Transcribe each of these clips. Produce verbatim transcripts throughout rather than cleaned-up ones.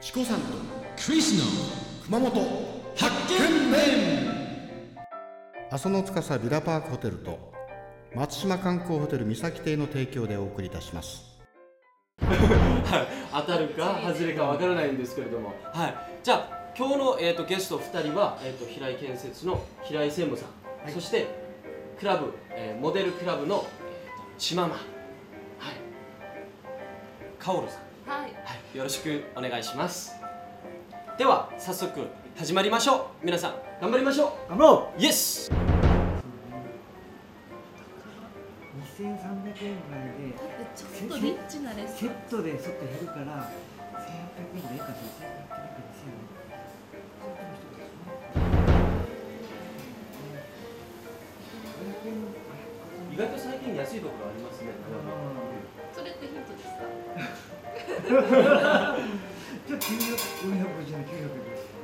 チコさんとクリスの熊本発見面。阿蘇の司ビラパークホテルと松島観光ホテル三崎邸の提供でお送りいたします。 はい、当たるか外れかわからないんですけれども、はい、じゃあ今日の、えー、とゲストふたりは、えー、と平井建設の平井専務さん、はい、そしてクラブ、えー、モデルクラブの、えー、とちママ、はい、カオルさん、はいはい、よろしくお願いします。では早速始まりましょう。皆さん頑張りましょう。 頑張ろうイエス。 にせんさんびゃくえんぐらいでちょっとリッチなレストランセットでちょっと減るからせんはっぴゃくえんでいいかしら。せんはっぴゃくえんかにせんえん意外と最近安いところありますね。 それってヒントですか？ じゃあきゅうひゃく、よんひゃくごじゅうえん、きゅうひゃくえんですか？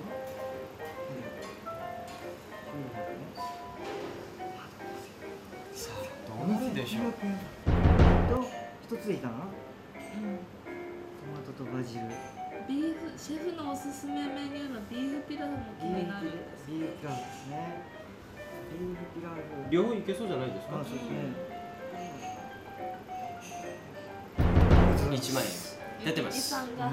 さあどうなるでしょう。 と一つでいいかな。トマトとバジル。 ビーフシェフのおすすめメニューのビーフピラフも気になるんですけど。 ビーフピラフですね。ビーフピラフ。 両方いけそうじゃないですか。 あ、そうですね。 いちまんえん出てます。 ゆきさんが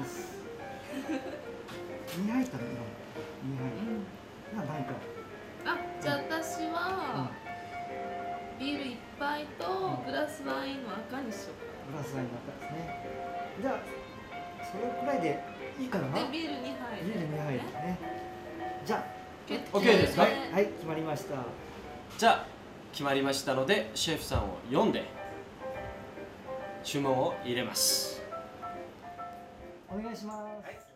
にはいったら今にはい。なないか。 あ、じゃあ私はビールいっぱいとグラスワインの赤にしようグラスワインの赤ですね。じゃあそれくらいでいいかな。 かな。でビールにはいビールにはいですね。じゃあ決定 OK ですか？ はい、はい、決まりました。 じゃあ決まりましたのでシェフさんを呼んで注文を入れます。 お願いします。 はい